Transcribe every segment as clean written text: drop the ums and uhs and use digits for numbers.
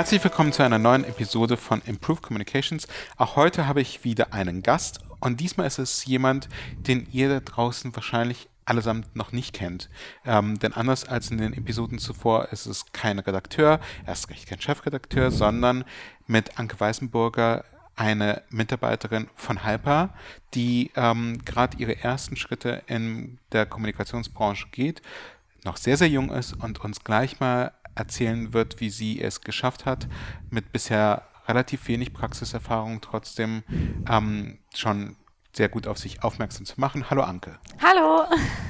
Herzlich willkommen zu einer neuen Episode von Improve Communications. Auch heute habe ich wieder einen Gast und diesmal ist es jemand, den ihr da draußen wahrscheinlich allesamt noch nicht kennt. Denn anders als in den Episoden zuvor ist es kein Redakteur, erst recht kein Chefredakteur, sondern mit Anke Weißenburger eine Mitarbeiterin von Hyper, die gerade ihre ersten Schritte in der Kommunikationsbranche geht, noch sehr, sehr jung ist und uns gleich mal erzählen wird, wie sie es geschafft hat, mit bisher relativ wenig Praxiserfahrung trotzdem schon sehr gut auf sich aufmerksam zu machen. Hallo Anke. Hallo.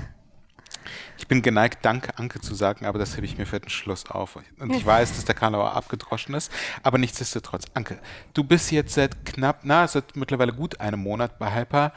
Ich bin geneigt, danke Anke zu sagen, aber das hebe ich mir für den Schluss auf. Und ich weiß, dass der Karlauer abgedroschen ist, aber nichtsdestotrotz. Anke, du bist jetzt seit mittlerweile gut einem Monat bei Hyper.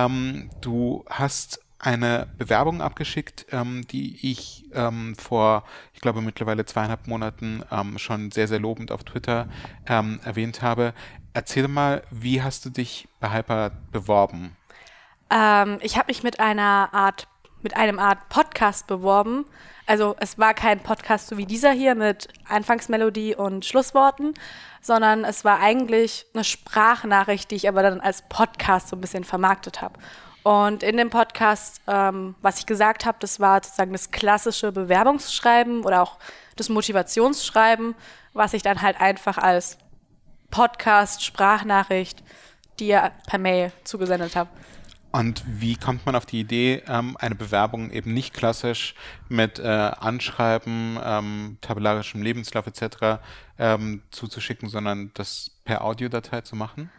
Du hast eine Bewerbung abgeschickt, die ich vor, ich glaube, mittlerweile 2,5 Monaten schon sehr, sehr lobend auf Twitter erwähnt habe. Erzähl mal, wie hast du dich bei Hyper beworben? Ich habe mich mit einem Art Podcast beworben. Also es war kein Podcast so wie dieser hier mit Anfangsmelodie und Schlussworten, sondern es war eigentlich eine Sprachnachricht, die ich aber dann als Podcast so ein bisschen vermarktet habe. Und in dem Podcast, was ich gesagt habe, das war sozusagen das klassische Bewerbungsschreiben oder auch das Motivationsschreiben, was ich dann halt einfach als Podcast, Sprachnachricht dir per Mail zugesendet habe. Und wie kommt man auf die Idee, eine Bewerbung eben nicht klassisch mit Anschreiben, tabellarischem Lebenslauf etc. Zuzuschicken, sondern das per Audiodatei zu machen?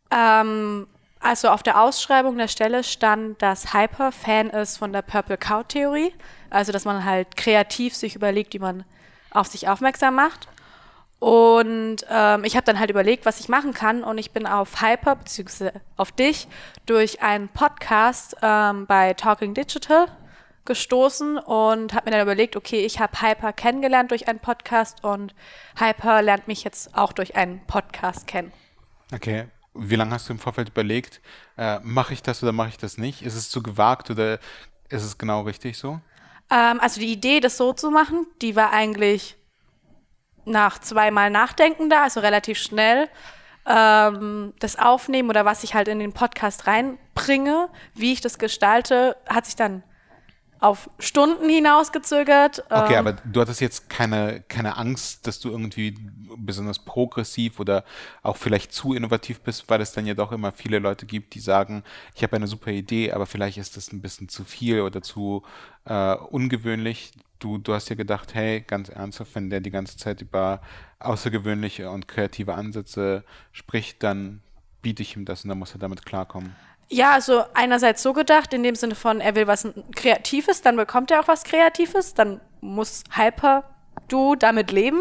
Also auf der Ausschreibung der Stelle stand, dass Hyper Fan ist von der Purple Cow Theorie. Also dass man halt kreativ sich überlegt, wie man auf sich aufmerksam macht. Und ich habe dann halt überlegt, was ich machen kann. Und ich bin auf Hyper bzw. auf dich durch einen Podcast bei Talking Digital gestoßen und habe mir dann überlegt, okay, ich habe Hyper kennengelernt durch einen Podcast und Hyper lernt mich jetzt auch durch einen Podcast kennen. Okay. Wie lange hast du im Vorfeld überlegt, mache ich das oder mache ich das nicht? Ist es zu gewagt oder ist es genau richtig so? Also die Idee, das so zu machen, die war eigentlich nach 2-mal Nachdenken da, also relativ schnell. Das Aufnehmen oder was ich halt in den Podcast reinbringe, wie ich das gestalte, hat sich dann auf Stunden hinausgezögert. Okay, aber du hattest jetzt keine Angst, dass du irgendwie besonders progressiv oder auch vielleicht zu innovativ bist, weil es dann ja doch immer viele Leute gibt, die sagen, ich habe eine super Idee, aber vielleicht ist das ein bisschen zu viel oder zu ungewöhnlich. Du hast ja gedacht, hey, ganz ernsthaft, wenn der die ganze Zeit über außergewöhnliche und kreative Ansätze spricht, dann biete ich ihm das und dann muss er damit klarkommen. Ja, also einerseits so gedacht, in dem Sinne von, er will was Kreatives, dann bekommt er auch was Kreatives, dann muss Hyper-Du damit leben.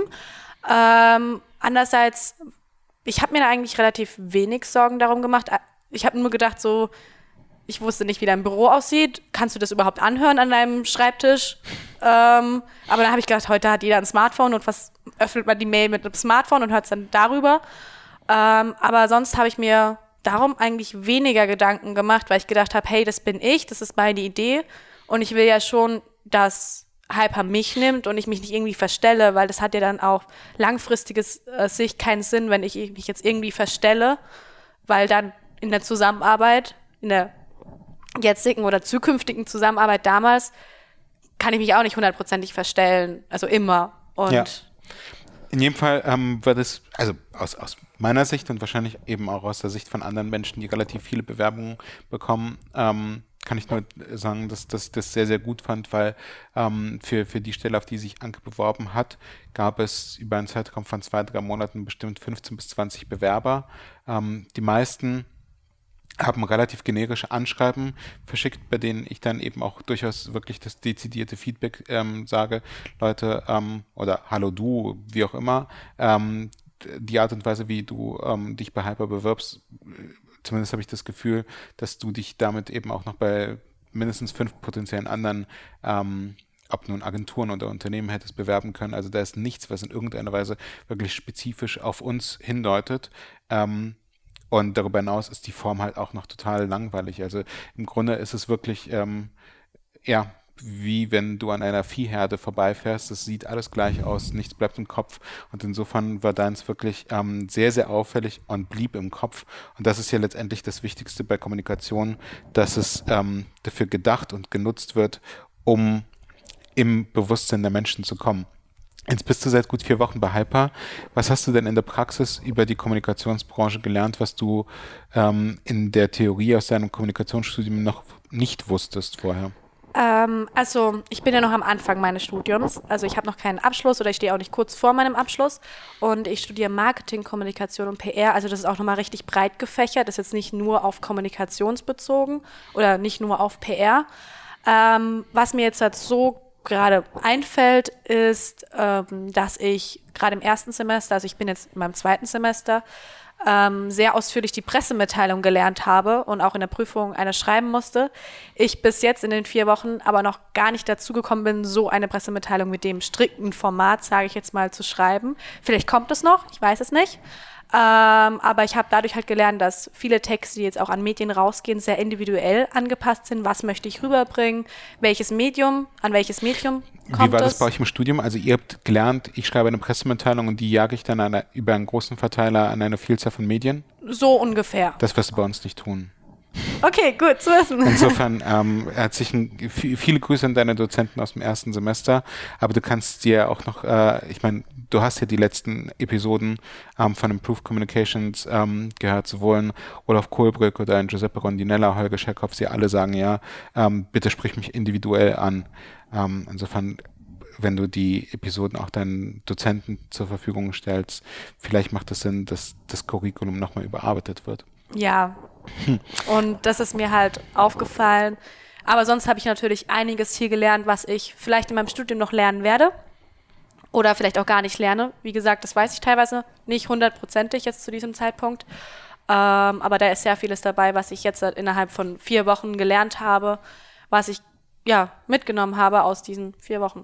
Andererseits, ich habe mir da eigentlich relativ wenig Sorgen darum gemacht. Ich habe nur gedacht so, ich wusste nicht, wie dein Büro aussieht. Kannst du das überhaupt anhören an deinem Schreibtisch? Aber dann habe ich gedacht, heute hat jeder ein Smartphone und was öffnet man die Mail mit einem Smartphone und hört es dann darüber. Aber sonst habe ich mir darum eigentlich weniger Gedanken gemacht, weil ich gedacht habe, hey, das bin ich, das ist meine Idee und ich will ja schon, dass Hyper mich nimmt und ich mich nicht irgendwie verstelle, weil das hat ja dann auch langfristiges Sicht keinen Sinn, wenn ich mich jetzt irgendwie verstelle, weil dann in der Zusammenarbeit, in der jetzigen oder zukünftigen Zusammenarbeit damals, kann ich mich auch nicht 100%ig verstellen, also immer. Und ja. In jedem Fall war das, also aus meiner Sicht und wahrscheinlich eben auch aus der Sicht von anderen Menschen, die relativ viele Bewerbungen bekommen, kann ich nur sagen, dass ich das sehr, sehr gut fand, weil für die Stelle, auf die sich Anke beworben hat, gab es über einen Zeitraum von 2-3 Monaten bestimmt 15 bis 20 Bewerber. Die meisten haben relativ generische Anschreiben verschickt, bei denen ich dann eben auch durchaus wirklich das dezidierte Feedback sage, Leute, oder hallo du, wie auch immer, die Art und Weise, wie du dich bei Hyper bewirbst, zumindest habe ich das Gefühl, dass du dich damit eben auch noch bei mindestens 5 potenziellen anderen ob nun Agenturen oder Unternehmen hättest bewerben können. Also da ist nichts, was in irgendeiner Weise wirklich spezifisch auf uns hindeutet. Und darüber hinaus ist die Form halt auch noch total langweilig. Also im Grunde ist es wirklich, wie wenn du an einer Viehherde vorbeifährst. Es sieht alles gleich aus, nichts bleibt im Kopf. Und insofern war deins wirklich sehr, sehr auffällig und blieb im Kopf. Und das ist ja letztendlich das Wichtigste bei Kommunikation, dass es dafür gedacht und genutzt wird, um im Bewusstsein der Menschen zu kommen. Jetzt bist du seit gut 4 Wochen bei Hyper. Was hast du denn in der Praxis über die Kommunikationsbranche gelernt, was du in der Theorie aus deinem Kommunikationsstudium noch nicht wusstest vorher? Also ich bin ja noch am Anfang meines Studiums. Also ich habe noch keinen Abschluss oder ich stehe auch nicht kurz vor meinem Abschluss. Und ich studiere Marketing, Kommunikation und PR. Also das ist auch nochmal richtig breit gefächert. Das ist jetzt nicht nur auf Kommunikationsbezogen oder nicht nur auf PR. Was mir jetzt halt so gerade einfällt, ist, dass ich gerade im ersten Semester, also ich bin jetzt in meinem 2. Semester, sehr ausführlich die Pressemitteilung gelernt habe und auch in der Prüfung eine schreiben musste. Ich bis jetzt in den 4 Wochen aber noch gar nicht dazu gekommen bin, so eine Pressemitteilung mit dem strikten Format, sage ich jetzt mal, zu schreiben. Vielleicht kommt es noch, ich weiß es nicht. Aber ich habe dadurch halt gelernt, dass viele Texte, die jetzt auch an Medien rausgehen, sehr individuell angepasst sind. Was möchte ich rüberbringen? Welches Medium? An welches Medium kommt es? Wie war das bei euch im Studium? Also ihr habt gelernt, ich schreibe eine Pressemitteilung und die jage ich dann über einen großen Verteiler an eine Vielzahl von Medien? So ungefähr. Das wirst du bei uns nicht tun. Okay, gut zu wissen. Insofern viele Grüße an deine Dozenten aus dem 1. Semester, aber du kannst dir auch noch, ich meine, du hast ja die letzten Episoden von Improved Communications gehört, sowohl Olaf Kohlbrück oder Giuseppe Rondinella, Holger Scherkopf, sie alle sagen ja, bitte sprich mich individuell an. Insofern, wenn du die Episoden auch deinen Dozenten zur Verfügung stellst, vielleicht macht es Sinn, dass das Curriculum nochmal überarbeitet wird. Ja, und das ist mir halt aufgefallen. Aber sonst habe ich natürlich einiges hier gelernt, was ich vielleicht in meinem Studium noch lernen werde oder vielleicht auch gar nicht lerne. Wie gesagt, das weiß ich teilweise nicht 100%ig jetzt zu diesem Zeitpunkt. Aber da ist sehr vieles dabei, was ich jetzt innerhalb von 4 Wochen gelernt habe, was ich ja mitgenommen habe aus diesen 4 Wochen.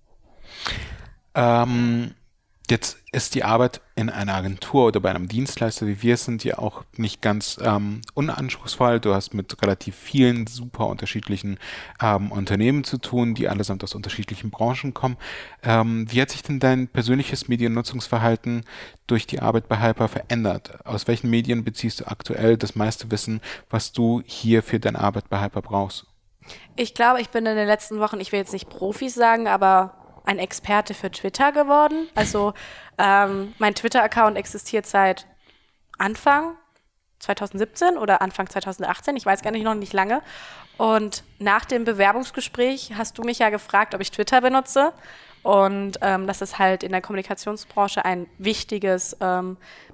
Jetzt ist die Arbeit in einer Agentur oder bei einem Dienstleister wie wir sind ja auch nicht ganz unanspruchsvoll. Du hast mit relativ vielen super unterschiedlichen Unternehmen zu tun, die allesamt aus unterschiedlichen Branchen kommen. Wie hat sich denn dein persönliches Mediennutzungsverhalten durch die Arbeit bei Hyper verändert? Aus welchen Medien beziehst du aktuell das meiste Wissen, was du hier für deine Arbeit bei Hyper brauchst? Ich glaube, ich bin in den letzten Wochen, ich will jetzt nicht Profis sagen, aber ein Experte für Twitter geworden. Also mein Twitter-Account existiert seit Anfang 2017 oder Anfang 2018, ich weiß gar nicht, noch nicht lange. Und nach dem Bewerbungsgespräch hast du mich ja gefragt, ob ich Twitter benutze. Und dass es halt in der Kommunikationsbranche ein wichtiges, ein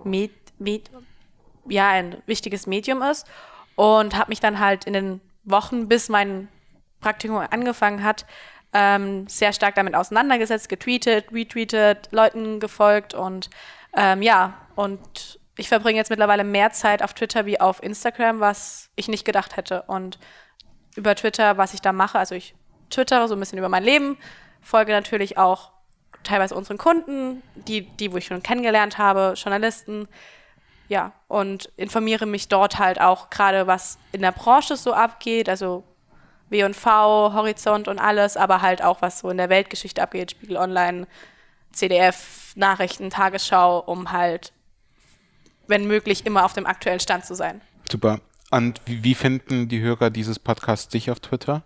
wichtiges Medium ist. Und habe mich dann halt in den Wochen, bis mein Praktikum angefangen hat, sehr stark damit auseinandergesetzt, getweetet, retweetet, Leuten gefolgt und und ich verbringe jetzt mittlerweile mehr Zeit auf Twitter wie auf Instagram, was ich nicht gedacht hätte. Und über Twitter, was ich da mache, also ich twittere so ein bisschen über mein Leben, folge natürlich auch teilweise unseren Kunden, die wo ich schon kennengelernt habe, Journalisten, ja, und informiere mich dort halt auch gerade, was in der Branche so abgeht, also W&V, Horizont und alles, aber halt auch, was so in der Weltgeschichte abgeht, Spiegel Online, CDF, Nachrichten, Tagesschau, um halt, wenn möglich, immer auf dem aktuellen Stand zu sein. Super. Und wie finden die Hörer dieses Podcasts dich auf Twitter?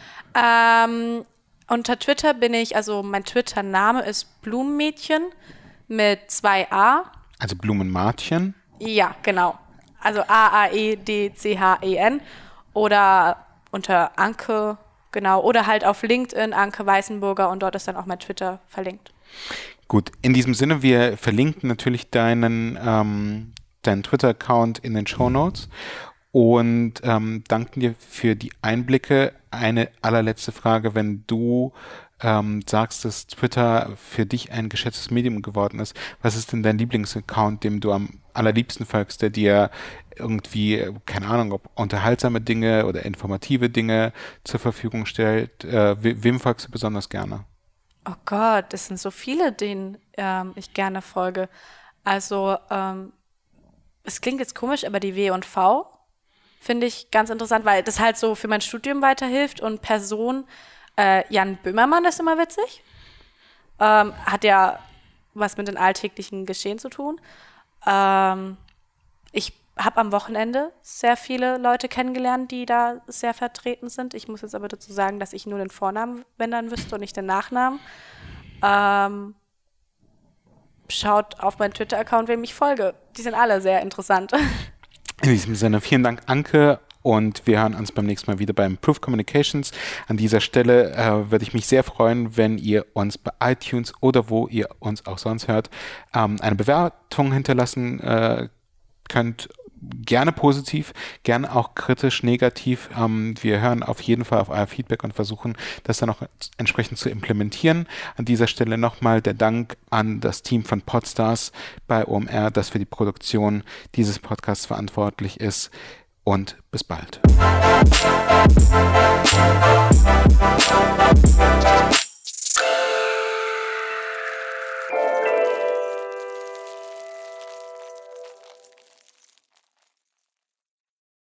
Unter Twitter bin ich, also mein Twitter-Name ist Blumenmädchen mit 2 A. Also Blumenmartchen? Ja, genau. Also AAEDCHEN oder unter Anke, genau, oder halt auf LinkedIn, Anke Weißenburger, und dort ist dann auch mein Twitter verlinkt. Gut, in diesem Sinne, wir verlinken natürlich deinen Twitter-Account in den Shownotes und danken dir für die Einblicke. Eine allerletzte Frage, wenn du sagst, dass Twitter für dich ein geschätztes Medium geworden ist, was ist denn dein Lieblingsaccount, dem du am allerliebsten folgst, der dir irgendwie, keine Ahnung, ob unterhaltsame Dinge oder informative Dinge zur Verfügung stellt? Wem folgst du besonders gerne? Oh Gott, das sind so viele, denen ich gerne folge. Also, es klingt jetzt komisch, aber die W&V finde ich ganz interessant, weil das halt so für mein Studium weiterhilft und Personen, Jan Böhmermann ist immer witzig. Hat ja was mit den alltäglichen Geschehen zu tun. Ich habe am Wochenende sehr viele Leute kennengelernt, die da sehr vertreten sind. Ich muss jetzt aber dazu sagen, dass ich nur den Vornamen, wenn dann wüsste, und nicht den Nachnamen. Schaut auf meinen Twitter-Account, wem ich folge. Die sind alle sehr interessant. In diesem Sinne, vielen Dank, Anke. Und wir hören uns beim nächsten Mal wieder bei Improve Communications. An dieser Stelle würde ich mich sehr freuen, wenn ihr uns bei iTunes oder wo ihr uns auch sonst hört, eine Bewertung hinterlassen könnt. Gerne positiv, gerne auch kritisch, negativ. Wir hören auf jeden Fall auf euer Feedback und versuchen, das dann auch entsprechend zu implementieren. An dieser Stelle nochmal der Dank an das Team von Podstars bei OMR, das für die Produktion dieses Podcasts verantwortlich ist. Und bis bald.